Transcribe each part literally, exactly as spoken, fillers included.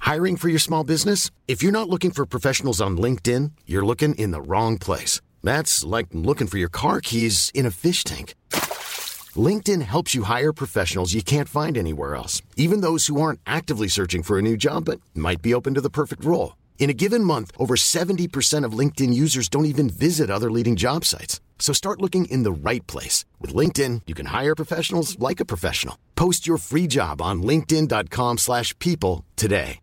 Hiring for your small business? If you're not looking for professionals on LinkedIn, you're looking in the wrong place. That's like looking for your car keys in a fish tank. LinkedIn helps you hire professionals you can't find anywhere else, even those who aren't actively searching for a new job but might be open to the perfect role. In a given month, over seventy percent of LinkedIn users don't even visit other leading job sites. So start looking in the right place. With LinkedIn, you can hire professionals like a professional. Post your free job on linkedin.com slash people today.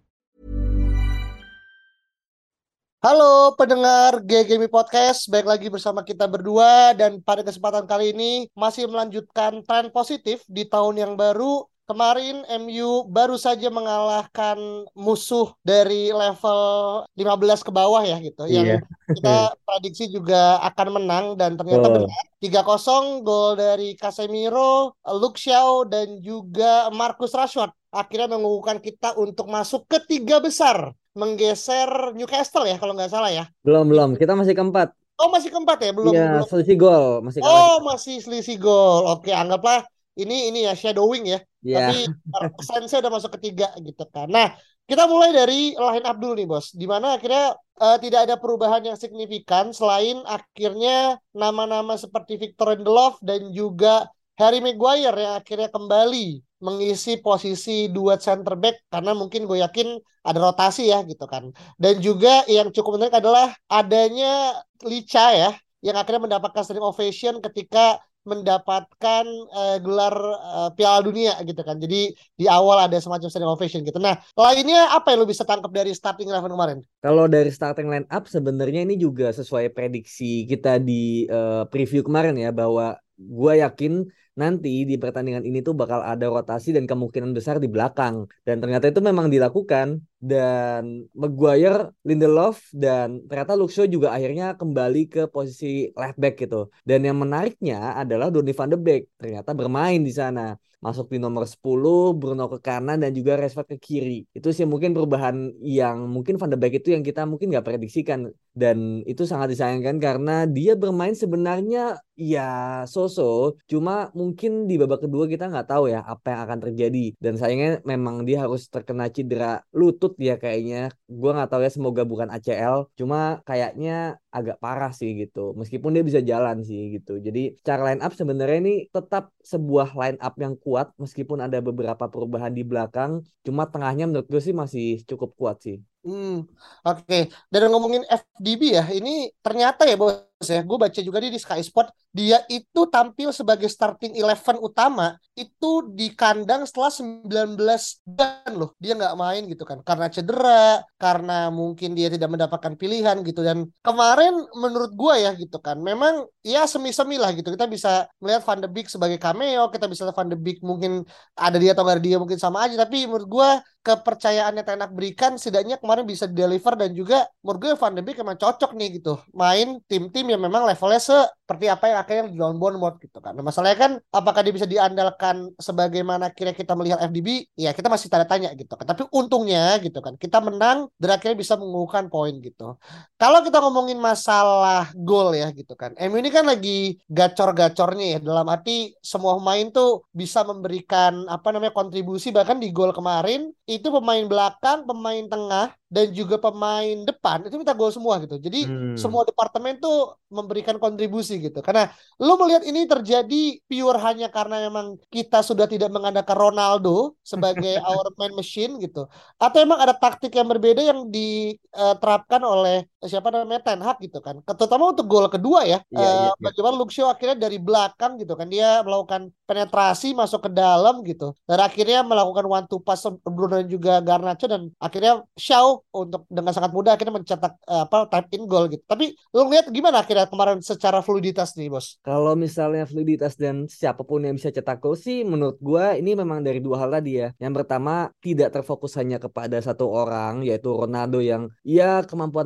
Halo pendengar G G M I Podcast, balik lagi bersama kita berdua. Dan pada kesempatan kali ini masih melanjutkan tren positif di tahun yang baru. Kemarin M U baru saja mengalahkan musuh dari level lima belas ke bawah ya gitu. Iya. Yang kita prediksi juga akan menang dan ternyata Oh. benar. tiga kosong gol dari Casemiro, Luke Shaw dan juga Marcus Rashford akhirnya mengukuhkan kita untuk masuk ke tiga besar, menggeser Newcastle ya kalau nggak salah ya. Belum, belum. Kita masih keempat. Oh masih keempat ya? Belum, Iya, belum. selisih gol. Masih kalah Oh kita. masih selisih gol. Oke, anggaplah ini ini ya shadowing ya. Iya. Tapi sense udah masuk ketiga gitu kan. Nah, kita mulai dari line up dulu nih bos. Dimana akhirnya uh, tidak ada perubahan yang signifikan selain akhirnya nama-nama seperti Victor Lindelof dan juga Harry Maguire yang akhirnya kembali mengisi posisi duet center back karena mungkin gue yakin ada rotasi ya gitu kan. Dan juga yang cukup menarik adalah adanya Licha ya yang akhirnya mendapatkan standing ovation ketika mendapatkan uh, gelar uh, Piala Dunia gitu kan. Jadi di awal ada semacam standing ovation gitu. Nah, lainnya apa yang lu bisa tangkap dari starting eleven kemarin? Kalau dari starting line up sebenarnya ini juga sesuai prediksi kita di uh, preview kemarin ya, bahwa gue yakin nanti di pertandingan ini tuh bakal ada rotasi dan kemungkinan besar di belakang. Dan ternyata itu memang dilakukan. Dan Maguire, Lindelof, dan ternyata Luke Shaw juga akhirnya kembali ke posisi left back gitu. Dan yang menariknya adalah Donny van de Beek ternyata bermain di sana. Masuk di nomor sepuluh, Bruno ke kanan dan juga Rashford ke kiri. Itu sih mungkin perubahan yang mungkin Van de Beek itu yang kita mungkin nggak prediksikan. Dan itu sangat disayangkan karena dia bermain sebenarnya ya so-so. Cuma mungkin di babak kedua kita nggak tahu ya apa yang akan terjadi. Dan sayangnya memang dia harus terkena cedera lutut ya kayaknya. Gue nggak tahu ya, semoga bukan A C L. Cuma kayaknya agak parah sih gitu. Meskipun dia bisa jalan sih gitu. Jadi secara line up sebenarnya ini tetap sebuah line up yang kuat meskipun ada beberapa perubahan di belakang. Cuma tengahnya menurut gue sih masih cukup kuat sih. Hmm, oke. Okay. Dan ngomongin F D B ya, ini ternyata ya bos ya, gue baca juga di Sky Sport, dia itu tampil sebagai starting eleven utama itu di kandang setelah sembilan belas bulan loh, dia nggak main gitu kan, karena cedera, karena mungkin dia tidak mendapatkan pilihan gitu. Dan kemarin menurut gue ya gitu kan, memang ya semi-semi lah gitu, kita bisa melihat Van de Beek sebagai cameo, kita bisa lihat Van de Beek mungkin ada dia atau nggak ada dia mungkin sama aja, tapi menurut gue kepercayaan yang Ten Hag berikan setidaknya kemarin bisa deliver. Dan juga menurut gue Van de Beek emang cocok nih gitu main tim-tim yang memang levelnya seperti apa yang akhirnya di lawan Bournemouth gitu kan. Nah, masalahnya kan apakah dia bisa diandalkan sebagaimana kira kita melihat F D B, ya kita masih tanda tanya gitu kan. Tapi untungnya gitu kan kita menang dan akhirnya bisa mengukuhkan poin gitu. Kalau kita ngomongin masalah gol ya gitu kan, M U ini kan lagi gacor-gacornya ya, dalam arti semua pemain tuh bisa memberikan apa namanya kontribusi. Bahkan di gol kemarin itu pemain belakang, pemain tengah, dan juga pemain depan itu minta gol semua gitu. Jadi hmm. semua departemen tuh memberikan kontribusi gitu. Karena lu melihat ini terjadi pure hanya karena memang kita sudah tidak mengandalkan Ronaldo sebagai our main machine gitu. Atau emang ada taktik yang berbeda yang diterapkan oleh siapa namanya Ten Hag gitu kan. Terutama untuk gol kedua ya. Iya, iya, iya. Bagaimana Luke Shaw akhirnya dari belakang gitu kan. Dia melakukan penetrasi masuk ke dalam gitu. Dan akhirnya melakukan one two pass Bruno dan juga Garnacho. Dan akhirnya Shaw untuk dengan sangat mudah akhirnya mencetak uh, apa type in goal gitu. Tapi lu lihat gimana akhirnya kemarin secara fluiditas nih bos? Kalau misalnya fluiditas dan siapapun yang bisa cetak gol sih menurut gue ini memang dari dua hal tadi ya. Yang pertama tidak terfokus hanya kepada satu orang yaitu Ronaldo yang ya kemampuan mencetak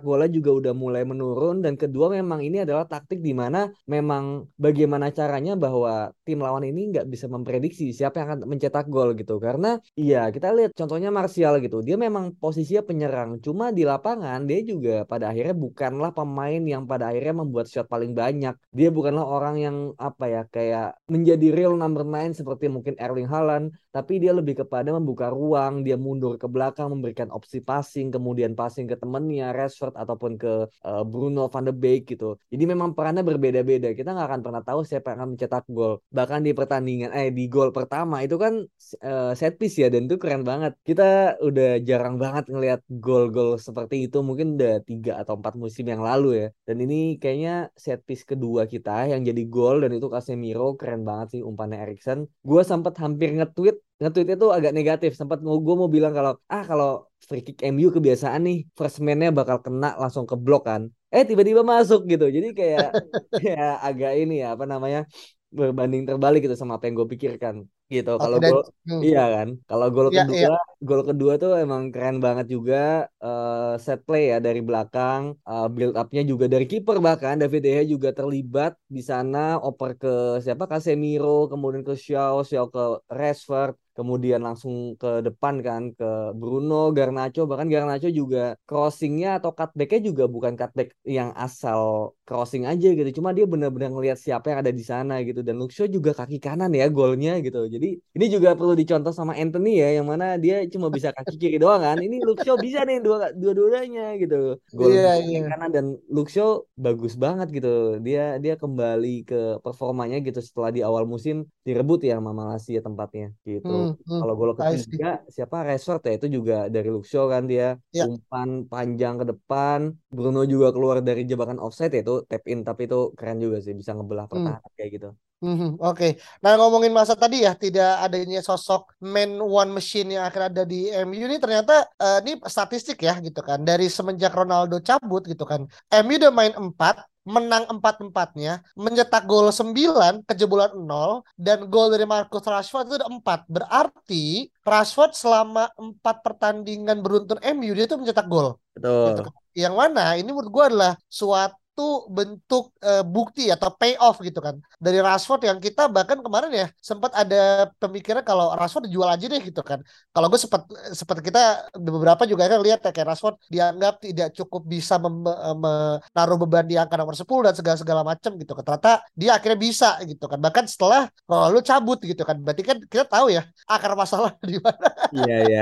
golnya juga udah mulai menurun, dan kedua memang ini adalah taktik di mana memang bagaimana caranya bahwa tim lawan ini nggak bisa memprediksi siapa yang akan mencetak gol gitu. Karena iya kita lihat contohnya Martial gitu, dia memang posisinya penyerang, cuma di lapangan dia juga pada akhirnya bukanlah pemain yang pada akhirnya membuat shot paling banyak. Dia bukanlah orang yang apa ya kayak menjadi real number nine seperti mungkin Erling Haaland, tapi dia lebih kepada membuka ruang, dia mundur ke belakang, memberikan opsi passing, kemudian passing ke temennya, Rashford ataupun ke uh, Bruno van de Beek gitu. Jadi memang perannya berbeda-beda. Kita nggak akan pernah tahu siapa yang akan mencetak gol. Bahkan di pertandingan, eh di gol pertama itu kan uh, set piece ya, dan itu keren banget. Kita udah jarang banget ngelihat gol-gol seperti itu, mungkin udah tiga atau empat musim yang lalu ya. Dan ini kayaknya set piece kedua kita yang jadi gol, dan itu Casemiro, keren banget sih umpannya Eriksen. Gue sempat hampir nge-tweet nge-tweet itu agak negatif, sempat gue mau bilang kalau ah kalau free kick M U kebiasaan nih first man-nya bakal kena langsung ke blok kan, eh tiba-tiba masuk gitu, jadi kayak ya agak ini ya apa namanya berbanding terbalik gitu sama apa yang gue pikirkan gitu. Oke Kalau dan gol hmm, iya kan, kalau gol ya ya. kedua gol kedua tuh emang keren banget juga, uh, set play ya dari belakang, uh, build up-nya juga dari kiper, bahkan David De Gea juga terlibat di sana, oper ke siapa Casemiro, kemudian ke Shaw, Shaw ke Rashford, kemudian langsung ke depan kan ke Bruno, Garnacho, bahkan Garnacho juga crossingnya atau cutbacknya juga bukan cutback yang asal crossing aja gitu, cuma dia benar-benar ngelihat siapa yang ada di sana gitu. Dan Luke Shaw juga kaki kanan ya golnya gitu, jadi ini juga perlu dicontoh sama Anthony ya, yang mana dia cuma bisa kaki kiri doang kan, ini Luke Shaw bisa nih dua dua-duanya gitu, gol Iya juga kaki iya. kanan, dan Luke Shaw bagus banget gitu, dia dia kembali ke performanya gitu setelah di awal musim direbut ya sama Malaysia tempatnya gitu. Hmm, hmm, Kalau gol I see. ketiga siapa, Rashford ya, itu juga dari Luke Shaw kan, dia Ya. umpan panjang ke depan, Bruno juga keluar dari jebakan offside ya, itu tap in, tapi itu keren juga sih bisa ngebelah Hmm. pertahanan kayak gitu. Mhm, Oke, Nah ngomongin masa tadi ya tidak adanya sosok man one machine yang akan ada di M U ini ternyata eh, ini statistik ya gitu kan dari semenjak Ronaldo cabut gitu kan M U udah main empat menang empat-empatnya, mencetak gol sembilan, kejebolan nol, dan gol dari Marcus Rashford itu ada empat. Berarti Rashford selama empat pertandingan beruntun M U dia tuh mencetak gol gitu Betul. kan. Yang mana ini menurut gue adalah suatu bentuk eh, bukti atau payoff gitu kan dari Rashford, yang kita bahkan kemarin ya sempat ada pemikiran kalau Rashford dijual aja deh gitu kan. Kalau gue sempat sempat kita beberapa juga kan lihat ya kayak Rashford dianggap tidak cukup bisa mem- menaruh beban di angka nomor sepuluh dan segala segala macam gitu kan. Ternyata dia akhirnya bisa gitu kan. Bahkan setelah Ronaldo cabut gitu kan. Berarti kan kita tahu ya akar masalah di mana. Iya ya.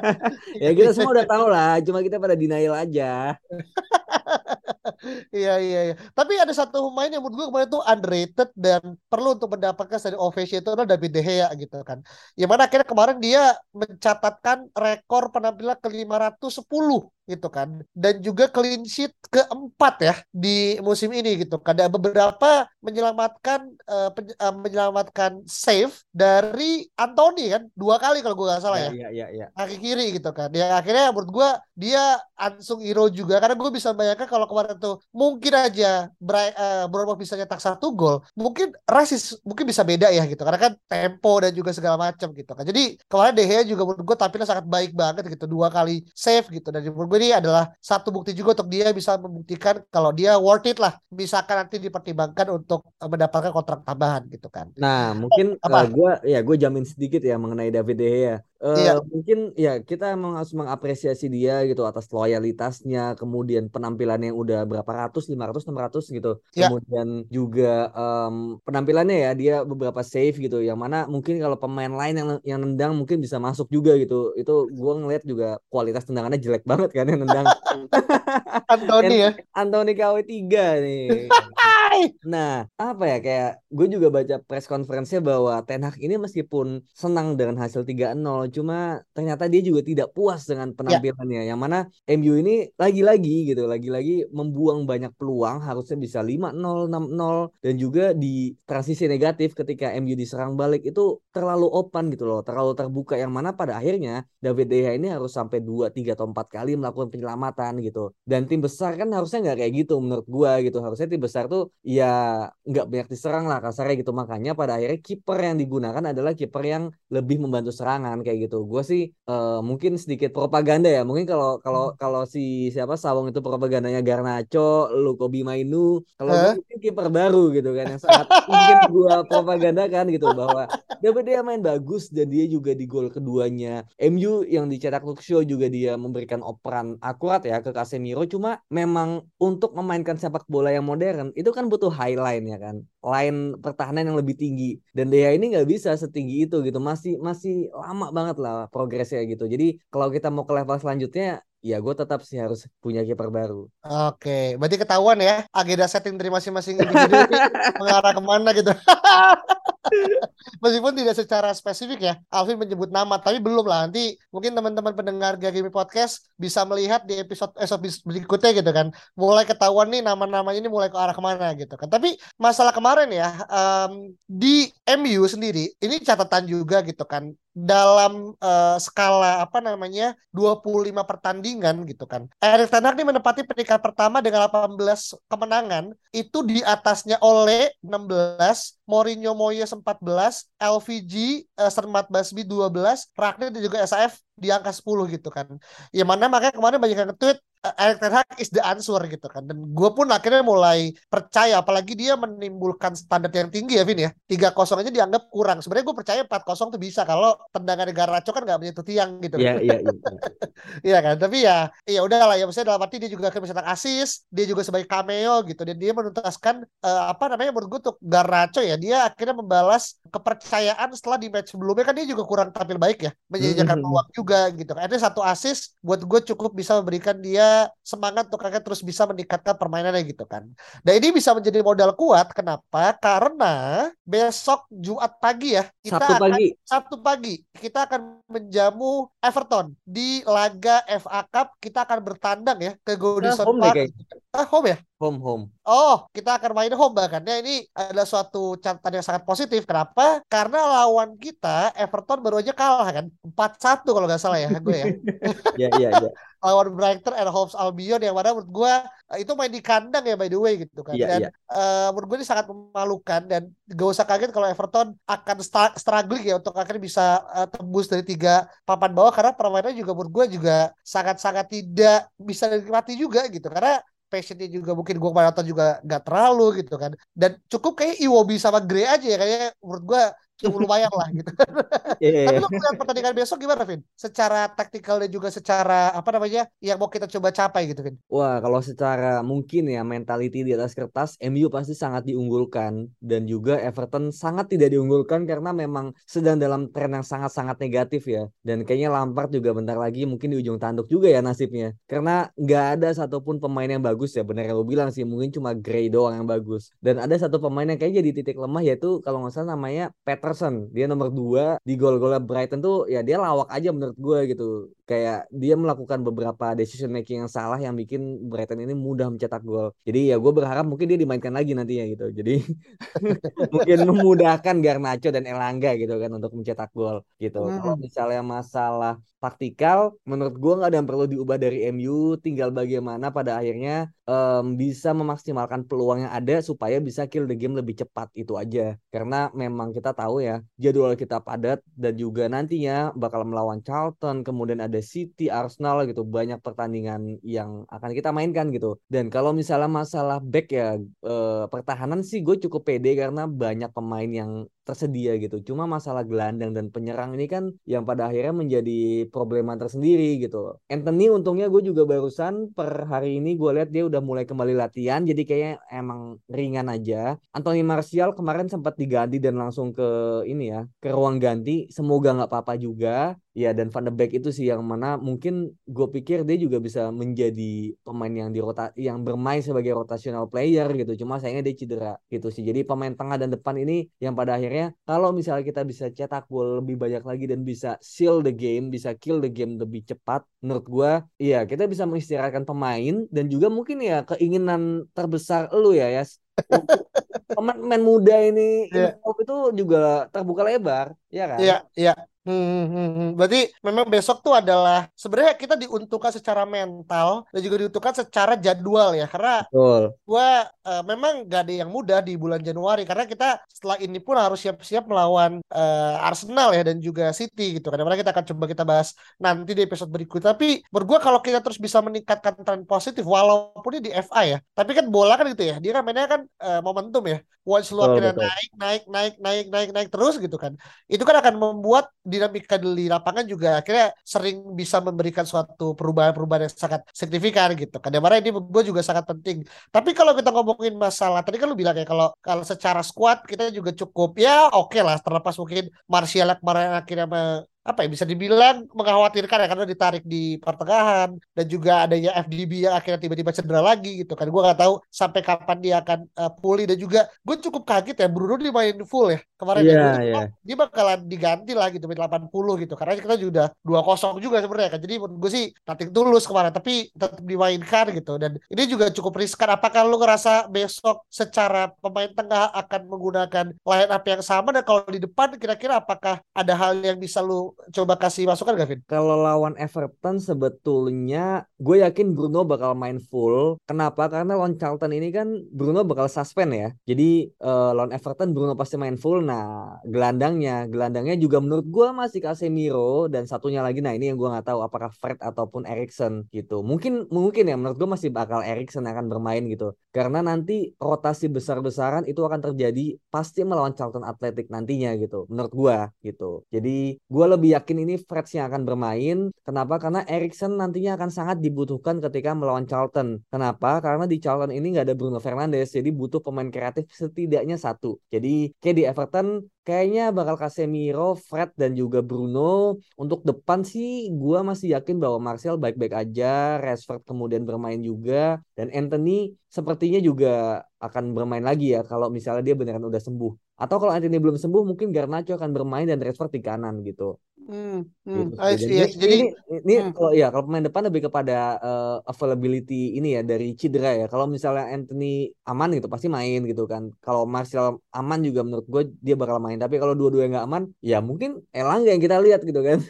Ya kita semua udah tahu lah, cuma kita pada denial aja. Iya iya iya. Tapi ada satu pemain yang menurut gue kemarin tuh underrated dan perlu untuk mendapatkan standing ovation itu adalah David De Gea gitu kan. Yang mana akhirnya kemarin dia mencatatkan rekor penampilan ke lima ratus sepuluh gitu kan. Dan juga clean sheet keempat ya di musim ini gitu kan. Ada beberapa menyelamatkan uh, pen- uh, menyelamatkan save dari Anthony kan dua kali kalau gue nggak salah Ya ya, ya ya ya. kaki kiri gitu kan. Ya akhirnya menurut gue dia unsung hero juga karena gue bisa bayangkan kalau kemarin tuh mungkin aja Bray, uh, Bournemouth bisa nyetak satu gol, mungkin rasis mungkin bisa beda ya gitu karena kan tempo dan juga segala macam gitu kan. Jadi kemarin De Gea juga menurut gue tampilnya sangat baik banget gitu, dua kali save gitu, dan menurut gue ini adalah satu bukti juga untuk dia bisa membuktikan kalau dia worth it lah misalkan nanti dipertimbangkan untuk uh, mendapatkan kontrak tambahan gitu kan. Nah, mungkin uh, Apa? gue ya gue jamin sedikit ya mengenai David De Gea. Iya. Uh, mungkin ya kita emang harus mengapresiasi dia gitu atas loyalitasnya, kemudian penampilannya yang udah berapa ratus, lima ratus, enam ratus gitu. Ya. Kemudian juga um, penampilannya ya dia beberapa save gitu, yang mana mungkin kalau pemain lain yang yang nendang mungkin bisa masuk juga gitu. Itu gue ngeliat juga kualitas tendangannya jelek banget kan yang nendang. Anthony ya. Anthony K W tiga nih. Hai. Nah, apa ya, kayak gue juga baca press conference-nya bahwa Ten Hag ini meskipun senang dengan hasil tiga nol, cuma ternyata dia juga tidak puas dengan Ya. penampilannya. Yang mana M U ini lagi-lagi gitu, lagi-lagi membuang banyak peluang, harusnya bisa lima nol, enam nol, dan juga di transisi negatif ketika M U diserang balik itu terlalu open gitu loh, terlalu terbuka, yang mana pada akhirnya David De Gea ini harus sampai dua, tiga atau empat kali melakukan penyelamatan gitu. Dan tim besar kan harusnya nggak kayak gitu menurut gue gitu. Harusnya tim besar tuh ya nggak banyak diserang lah kasarnya gitu. Makanya pada akhirnya kiper yang digunakan adalah kiper yang lebih membantu serangan kayak gitu. Gue sih uh, mungkin sedikit propaganda ya. Mungkin kalau kalau kalau si siapa Sawung itu propagandanya Garnacho, lu Kobi Mainu, kalau gue Hah? mungkin kiper baru gitu kan yang sangat mungkin gue propagandakan gitu bahwa David dia main bagus dan dia juga di gol keduanya M U yang dicetak Luke Shaw juga dia memberikan operan akurat ya ke Casemiro. Cuma memang untuk memainkan sepak bola yang modern itu kan butuh high line ya kan, line pertahanan yang lebih tinggi dan dia ini nggak bisa setinggi itu gitu, masih masih lama banget lah progresnya gitu. Jadi kalau kita mau ke level selanjutnya ya gue tetap sih harus punya kiper baru. Oke, berarti ketahuan ya agenda setting dari masing-masing individu ini mengarah kemana gitu. Meskipun tidak secara spesifik ya, Alvin menyebut nama, tapi belum lah. Nanti mungkin teman-teman pendengar Gagimi Podcast bisa melihat di episode episode berikutnya gitu kan. Mulai ketahuan nih nama-namanya ini mulai ke arah kemana gitu kan. Tapi masalah kemarin ya, um, di M U sendiri, ini catatan juga gitu kan. Dalam uh, skala apa namanya dua puluh lima pertandingan gitu kan. Erik ten Hag ini menempati peringkat pertama dengan delapan belas kemenangan, itu di atasnya Ole enam belas, Mourinho Moyes empat belas, L V G uh, Sermat Basbi dua belas, Ragnik dan juga S A F di angka sepuluh gitu kan. Ya mana makanya kemarin banyak yang nge-tweet uh, Erik ten Hag is the answer gitu kan. Dan gue pun akhirnya mulai percaya, apalagi dia menimbulkan standar yang tinggi ya Vin ya. tiga kosong aja dianggap kurang. Sebenarnya gue percaya empat kosong tuh bisa kalau tendangan Garnacho kan gak menyentuh tiang gitu kan. Iya iya iya. Iya kan, tapi ya ya udahlah ya, maksudnya dalam arti dia juga akan mencetak assist, dia juga sebagai cameo gitu, dan dia menuntaskan uh, apa namanya menurut gue untuk Garnacho ya, dia akhirnya membalas kepercayaan setelah di match sebelumnya kan dia juga kurang tampil baik ya, menjajakan peluang juga gitu kan. Ada satu assist buat gue cukup bisa memberikan dia semangat untuk akhirnya terus bisa meningkatkan permainannya gitu kan. Dan ini bisa menjadi modal kuat, kenapa? Karena besok Jumat pagi ya, kita Sabtu akan pagi. Sabtu pagi kita akan menjamu Everton di laga F A Cup. Kita akan bertandang ya ke Nah, Goodison home deh Park. kayak. Ah, home ya? Home home. Oh, kita akan main home bahkan. Ya, ini adalah suatu catatan yang sangat positif. Kenapa? Karena lawan kita Everton baru aja kalah kan, empat satu kalau nggak salah ya gue ya. Iya iya iya. Lawan Brighton and Hove Albion yang mana menurut gue itu main di kandang ya by the way gitu kan. Iya Dan iya. uh, menurut gue ini sangat memalukan dan gak usah kaget kalau Everton akan st- struggling ya untuk akhirnya bisa uh, tembus dari tiga papan bawah, karena permainannya juga menurut gue juga sangat-sangat tidak bisa dinikmati juga gitu, karena passionnya juga mungkin gue kemarin nonton juga gak terlalu gitu kan, dan cukup kayak Iwobi sama Gray aja ya kayaknya menurut gue cukup lumayan lah gitu. Tapi Yeah. lu melihat pertandingan besok gimana, Vin? Secara taktikal dan juga secara apa namanya yang mau kita coba capai gitu, Vin? Wah, kalau secara mungkin ya mentality di atas kertas M U pasti sangat diunggulkan dan juga Everton sangat tidak diunggulkan karena memang sedang dalam tren yang sangat-sangat negatif ya. Dan kayaknya Lampard juga bentar lagi mungkin di ujung tanduk juga ya nasibnya. Karena nggak ada satupun pemain yang bagus ya. Benar yang lo bilang sih, mungkin cuma Gray doang yang bagus. Dan ada satu pemain yang kayaknya jadi titik lemah, yaitu kalau nggak salah namanya Patterson. Dia nomor dua di gol-golnya Brighton tuh ya dia lawak aja menurut gue gitu. Kayak dia melakukan beberapa decision making yang salah yang bikin Brighton ini mudah mencetak gol. Jadi ya gue berharap mungkin dia dimainkan lagi nantinya gitu. Jadi mungkin memudahkan Garnacho dan Elanga gitu kan untuk mencetak gol gitu. Hmm. Kalau misalnya masalah taktikal, menurut gue nggak ada yang perlu diubah dari M U. Tinggal bagaimana pada akhirnya um, bisa memaksimalkan peluang yang ada supaya bisa kill the game lebih cepat, itu aja. Karena memang kita tahu ya jadwal kita padat dan juga nantinya bakal melawan Charlton, kemudian ada City, Arsenal gitu, banyak pertandingan yang akan kita mainkan gitu. Dan kalau misalnya masalah back ya eh, pertahanan sih gue cukup pede karena banyak pemain yang tersedia gitu. Cuma masalah gelandang dan penyerang ini kan yang pada akhirnya menjadi problema tersendiri gitu. Anthony untungnya gue juga barusan per hari ini gue lihat dia udah mulai kembali latihan, jadi kayaknya emang ringan aja. Anthony Martial kemarin sempat diganti dan langsung ke ini ya, ke ruang ganti. Semoga nggak apa-apa juga. Ya, dan Van de Beek itu sih yang mana mungkin gue pikir dia juga bisa menjadi pemain yang dirota yang bermain sebagai rotational player gitu. Cuma sayangnya dia cedera gitu sih. Jadi pemain tengah dan depan ini yang pada akhirnya kalau misalnya kita bisa cetak gol lebih banyak lagi dan bisa seal the game, bisa kill the game lebih cepat, menurut gue iya kita bisa mengistirahatkan pemain dan juga mungkin ya keinginan terbesar lu ya ya untuk pemain muda ini yeah. improve itu juga terbuka lebar, ya kan? Iya, yeah, iya. Yeah. Hmm, hmm, hmm. Berarti memang besok tuh adalah sebenarnya kita diuntungkan secara mental dan juga diuntungkan secara jadwal ya, karena Betul. gua eh, memang gak ada yang mudah di bulan Januari karena kita setelah ini pun harus siap-siap melawan eh, Arsenal ya dan juga City gitu. Karena kita akan coba kita bahas nanti di episode berikut. Tapi menurut gua kalau kita terus bisa meningkatkan tren positif walaupun ini di F A ya. Tapi kan bola kan gitu ya. Dia kan mainnya kan eh, momentum ya. Once lu Betul, akhirnya betul. naik, naik, naik, naik, naik, naik terus gitu kan. Itu kan akan membuat dinamika di lapangan juga akhirnya sering bisa memberikan suatu perubahan-perubahan yang sangat signifikan gitu kan. Yang mana ini gue juga sangat penting. Tapi kalau kita ngomongin masalah tadi kan lu bilang ya kalau kalau secara squad kita juga cukup ya oke lah terlepas mungkin Martial yang kemarin akhirnya me- apa ya bisa dibilang mengkhawatirkan ya karena ditarik di pertengahan dan juga adanya F D B yang akhirnya tiba-tiba cedera lagi gitu kan. Gue nggak tahu sampai kapan dia akan uh, pulih dan juga gue cukup kaget ya Bruno dimainin full ya kemarin ya. Iya, Gue tuh iya. dia bakalan diganti lah gitu menit delapan puluh gitu karena kita juga udah dua kosong juga sebenarnya kan jadi menurut gue sih nothing tulus kemarin tapi tetap dimainkan gitu dan ini juga cukup riskan apakah lu ngerasa besok secara pemain tengah akan menggunakan line up yang sama dan kalau di depan kira-kira apakah ada hal yang bisa lu coba kasih masukan Gavin? Kalau lawan Everton sebetulnya gue yakin Bruno bakal main full. Kenapa? Karena lawan Charlton ini kan Bruno bakal suspend ya. Jadi eh, lawan Everton Bruno pasti main full. Nah, gelandangnya, gelandangnya juga menurut gue masih Casemiro dan satunya lagi. Nah, ini yang gue nggak tahu apakah Fred ataupun Erikson gitu. Mungkin mungkin ya menurut gue masih bakal Erikson akan bermain gitu. Karena nanti rotasi besar-besaran itu akan terjadi pasti melawan Charlton Athletic nantinya gitu. Menurut gue gitu. Jadi gue lebih yakin ini Fred yang akan bermain. Kenapa? Karena Erikson nantinya akan sangat dibutuhkan ketika melawan Charlton. Kenapa? Karena di Charlton ini nggak ada Bruno Fernandes, jadi butuh pemain kreatif setidaknya satu. Jadi kayak di Everton kayaknya bakal Casemiro, Fred dan juga Bruno. Untuk depan sih gue masih yakin bahwa Martial baik-baik aja, Rashford kemudian bermain juga dan Anthony sepertinya juga akan bermain lagi ya kalau misalnya dia beneran udah sembuh. Atau kalau Anthony belum sembuh mungkin Garnacho akan bermain dan Rashford di kanan gitu. Hmm, hmm, Gitu sih. I Dan see, ini I see. Jadi ini ini hmm. kalau ya kalau pemain depan lebih kepada eh, availability ini ya dari cedera ya. Kalau misalnya Anthony aman gitu pasti main gitu kan. Kalau Martial aman juga menurut gue dia bakal main. Tapi kalau dua-dua nggak aman ya mungkin Elanga yang kita lihat gitu kan.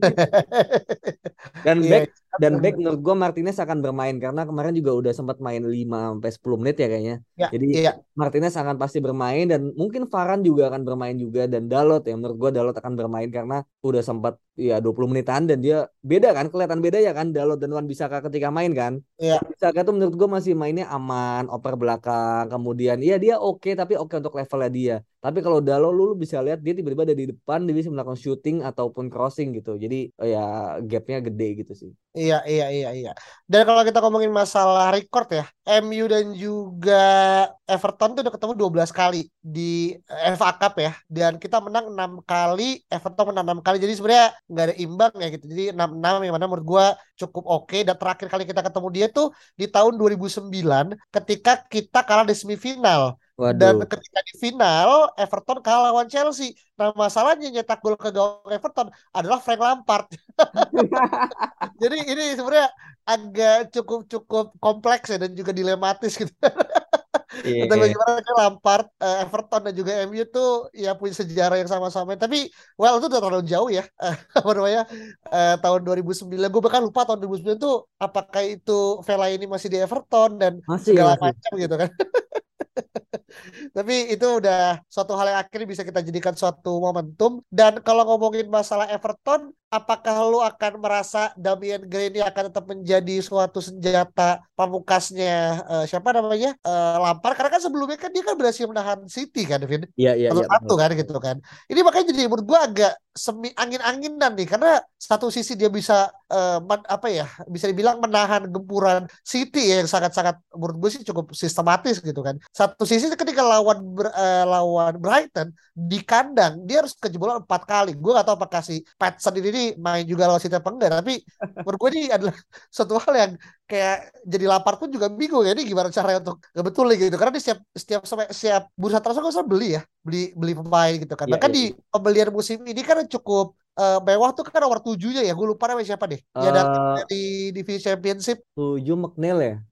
Dan Iya, back dan back iya, menurut gue Martinez akan bermain karena kemarin juga udah sempat main lima sampai sepuluh menit ya kayaknya. iya, Jadi iya. Martinez akan pasti bermain dan mungkin Varane juga akan bermain juga dan Dalot ya menurut gue Dalot akan bermain karena udah sempat ya dua puluh menitan dan dia beda kan kelihatan beda ya kan Dalot dan Wan Bissaka ketika main kan. Iya. Wan Bissaka tuh menurut gue masih mainnya aman, oper belakang, kemudian iya dia oke tapi oke untuk levelnya dia. Tapi kalau Dalot lu, lu bisa lihat dia tiba-tiba ada di depan dia bisa melakukan shooting ataupun crossing gitu. Jadi oh ya gapnya gede gitu sih. Iya, iya, iya, iya. Dan kalau kita ngomongin masalah record ya, M U dan juga Everton tuh udah ketemu dua belas kali di F A Cup ya. Dan kita menang enam kali, Everton menang enam kali. Jadi sebenarnya nggak ada imbang ya gitu. Jadi enam enam yang mana menurut gua cukup oke. Dan terakhir kali kita ketemu dia tuh di tahun dua ribu sembilan ketika kita kalah di semifinal. Dan Waduh. ketika di final, Everton kalah lawan Chelsea. Nah masalahnya nyetak gol ke gawang Everton adalah Frank Lampard. Jadi ini sebenarnya agak cukup cukup kompleks ya dan juga dilematis gitu. Tentang Iya. bagaimana kan Lampard, eh, Everton dan juga M U tuh ya punya sejarah yang sama-sama. Tapi well itu udah terlalu jauh ya. Eh, apa namanya? Eh, tahun dua ribu sembilan gue bahkan lupa tahun dua ribu sembilan tuh apakah itu Vela ini masih di Everton dan Masih segala masih. macam gitu kan. Tapi itu udah suatu hal yang akhirnya bisa kita jadikan suatu momentum. Dan kalau ngomongin masalah Everton, apakah lu akan merasa Damian Gray ini akan tetap menjadi suatu senjata pamukasnya eh, siapa namanya Eh, Lampard? Karena kan sebelumnya kan dia kan berhasil menahan City kan, David. Iya iya iya Satu-satu betul. kan gitu kan. Ini makanya jadi menurut gua agak semi angin-anginan nih karena satu sisi dia bisa eh, men- apa ya bisa dibilang menahan gempuran City ya, yang sangat-sangat menurut gue sih cukup sistematis gitu kan. Satu sisi ketika lawan ber- eh, lawan Brighton di kandang dia harus kejebolan empat kali. Gue gak tahu apakah si Patson ini main juga lawan City apa enggak, tapi menurut gue ini adalah suatu hal yang kayak jadi lapar pun juga bingung ya ini gimana caranya untuk ngebetulin gitu karena dia setiap setiap sampai siap bursa transfer kan beli ya beli beli pemain gitu kan Iya bahkan iya di iya. pembelian musim ini kan cukup eh, mewah tuh kan nomor tujuhnya ya gue lupa namanya siapa deh ya datang Eh dari divisi championship tujuh McNeil ya.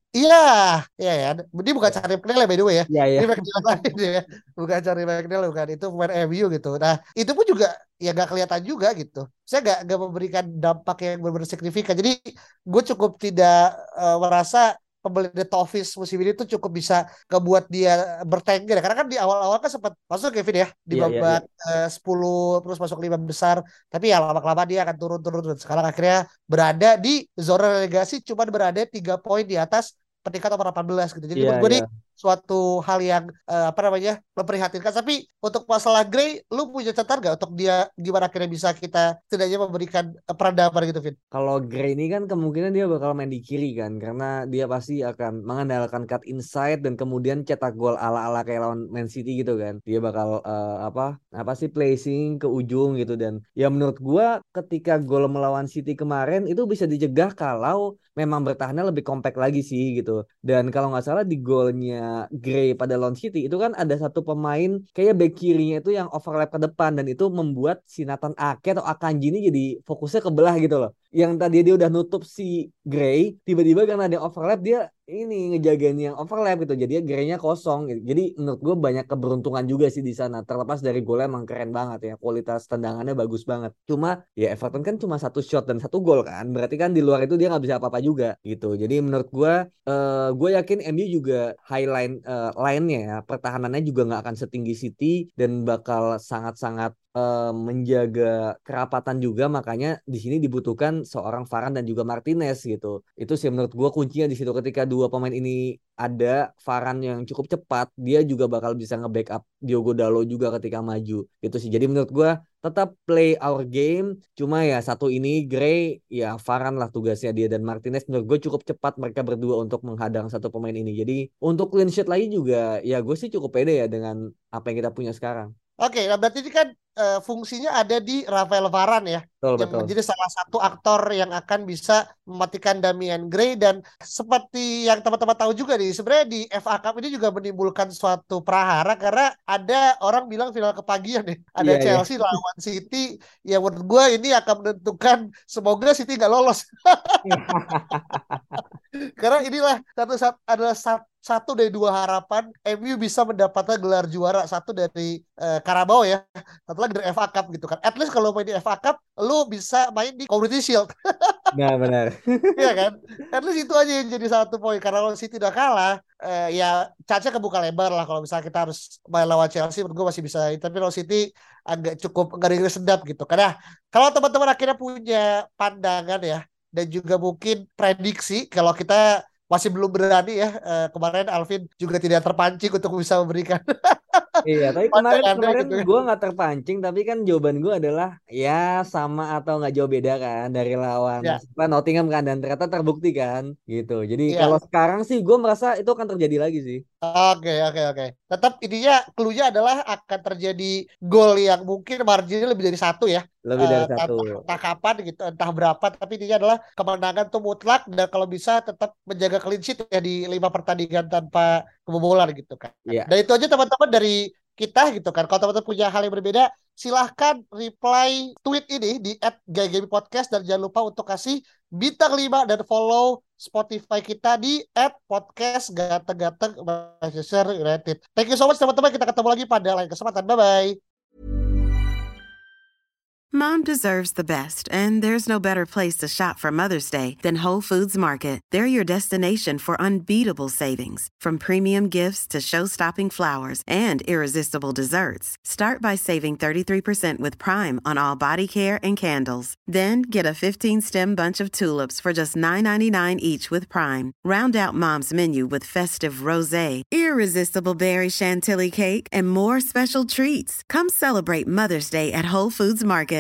Iya, iya ya. Ini bukan Charlie McNeil ya by the way ya. Iya, iya. Ini McNeil lain ya. Bukan Charlie McNeil, bukan. Itu pemain M U gitu. Nah, itu pun juga ya gak kelihatan juga gitu. Saya gak, gak memberikan dampak yang benar-benar signifikan. Jadi gue cukup tidak uh, merasa pembelian The Office musim ini tuh cukup bisa ngebuat dia bertengger. Karena kan di awal-awal kan sempat masuk Kevin ya. Di Iya, iya, iya. babak uh, sepuluh terus masuk lima besar. Tapi ya lama-lama dia akan turun-turun. Sekarang akhirnya berada di zona relegasi, cuman berada tiga poin di atas peringkat nomor delapan belas gitu. Jadi Iya, menurut gue iya. nih suatu hal yang uh, apa namanya memprihatinkan. Tapi untuk masalah Gray, lu punya catatan gak untuk dia gimana akhirnya bisa kita setidaknya memberikan uh, peradaban gitu, Vin? Kalau Gray ini kan kemungkinan dia bakal main di kiri kan, karena dia pasti akan mengandalkan cut inside dan kemudian cetak gol ala-ala kayak lawan Man City gitu kan. Dia bakal uh, apa apa sih placing ke ujung gitu, dan ya menurut gua ketika gol melawan City kemarin itu bisa dicegah kalau memang bertahannya lebih kompak lagi sih gitu. Dan kalau nggak salah di golnya Gray pada lawan City itu kan ada satu pemain kayak back kirinya itu yang overlap ke depan, dan itu membuat si Nathan Ake atau Akanji ini jadi fokusnya kebelah gitu loh. Yang tadi dia udah nutup si Gray, tiba-tiba karena ada overlap dia ini ngejagain yang overlap gitu, jadi Gray-nya kosong gitu. Jadi menurut gue banyak keberuntungan juga sih di sana. Terlepas dari golnya emang keren banget ya, kualitas tendangannya bagus banget. Cuma ya Everton kan cuma satu shot dan satu gol kan, berarti kan di luar itu dia nggak bisa apa-apa juga gitu. Jadi menurut gue, uh, gue yakin M U juga highline uh, line-nya ya, pertahanannya juga nggak akan setinggi City dan bakal sangat-sangat Uh, menjaga kerapatan juga. Makanya di sini dibutuhkan seorang Varane dan juga Martinez gitu. Itu sih menurut gue kuncinya di situ. Ketika dua pemain ini ada, Varane yang cukup cepat, dia juga bakal bisa nge-backup Diogo Dalot juga ketika maju gitu sih. Jadi menurut gue tetap play our game. Cuma ya satu ini Gray, ya Varane lah tugasnya dia, dan Martinez menurut gue cukup cepat mereka berdua untuk menghadang satu pemain ini. Jadi untuk clean sheet lagi juga ya gue sih cukup pede ya dengan apa yang kita punya sekarang. Oke, nah berarti ini kan uh, fungsinya ada di Rafael Varane ya, Betul, yang betul. menjadi salah satu aktor yang akan bisa mematikan Damian Gray. Dan seperti yang teman-teman tahu juga nih, sebenarnya di F A Cup ini juga menimbulkan suatu prahara karena ada orang bilang final kepagian nih. Ada Iya, iya. Chelsea lawan City, yang menurut gue ini akan menentukan, semoga City nggak lolos. Karena inilah satu, satu adalah satu, satu dari dua harapan M U bisa mendapatkan gelar juara, satu dari uh, Carabao ya, satu lagi dari F A Cup gitu kan. At least kalau main di F A Cup, lu bisa main di Community Shield. Nah, benar. Iya kan? At least itu aja yang jadi satu poin. Karena kalau City udah kalah, eh, ya kaca kebuka lebar lah. Kalau misalnya kita harus main lawan Chelsea, menurut gue masih bisa. Tapi kalau City agak cukup ngeri-ngeri sedap gitu. Karena kalau teman-teman akhirnya punya pandangan ya, dan juga mungkin prediksi, kalau kita masih belum berani ya, eh, kemarin Alvin juga tidak terpancing untuk bisa memberikan Iya, tapi kemarin pandangannya kemarin gitu ya. gue nggak terpancing, tapi kan jawaban gue adalah ya sama atau nggak jauh beda kan dari lawan Ya, siapa Nottingham kan, dan ternyata terbukti kan gitu. Jadi kalau iya. sekarang sih gue merasa itu akan terjadi lagi sih. Oke, oke, oke. Tetap ininya, clue-nya adalah akan terjadi gol yang mungkin marginnya lebih dari satu ya. Lebih Eh, dari entah, satu. entah kapan gitu, entah berapa. Tapi intinya adalah kemenangan tuh mutlak, dan kalau bisa tetap menjaga clean sheet ya di lima pertandingan tanpa kebobolan gitu kan. Iya. Dan itu aja teman-teman dari kita gitu kan. Kalau teman-teman punya hal yang berbeda, silahkan reply tweet ini di at gagaming podcast, dan jangan lupa untuk kasih bintang lima dan follow Spotify kita di at podcast gateng-gateng Manchester United. Thank you so much teman-teman. Kita ketemu lagi pada lain kesempatan. Bye-bye. Mom deserves the best, and there's no better place to shop for Mother's Day than Whole Foods Market. They're your destination for unbeatable savings, from premium gifts to show-stopping flowers and irresistible desserts. Start by saving thirty-three percent with Prime on all body care and candles. Then get a fifteen-stem bunch of tulips for just nine ninety-nine each with Prime. Round out Mom's menu with festive rosé, irresistible berry chantilly cake, and more special treats. Come celebrate Mother's Day at Whole Foods Market.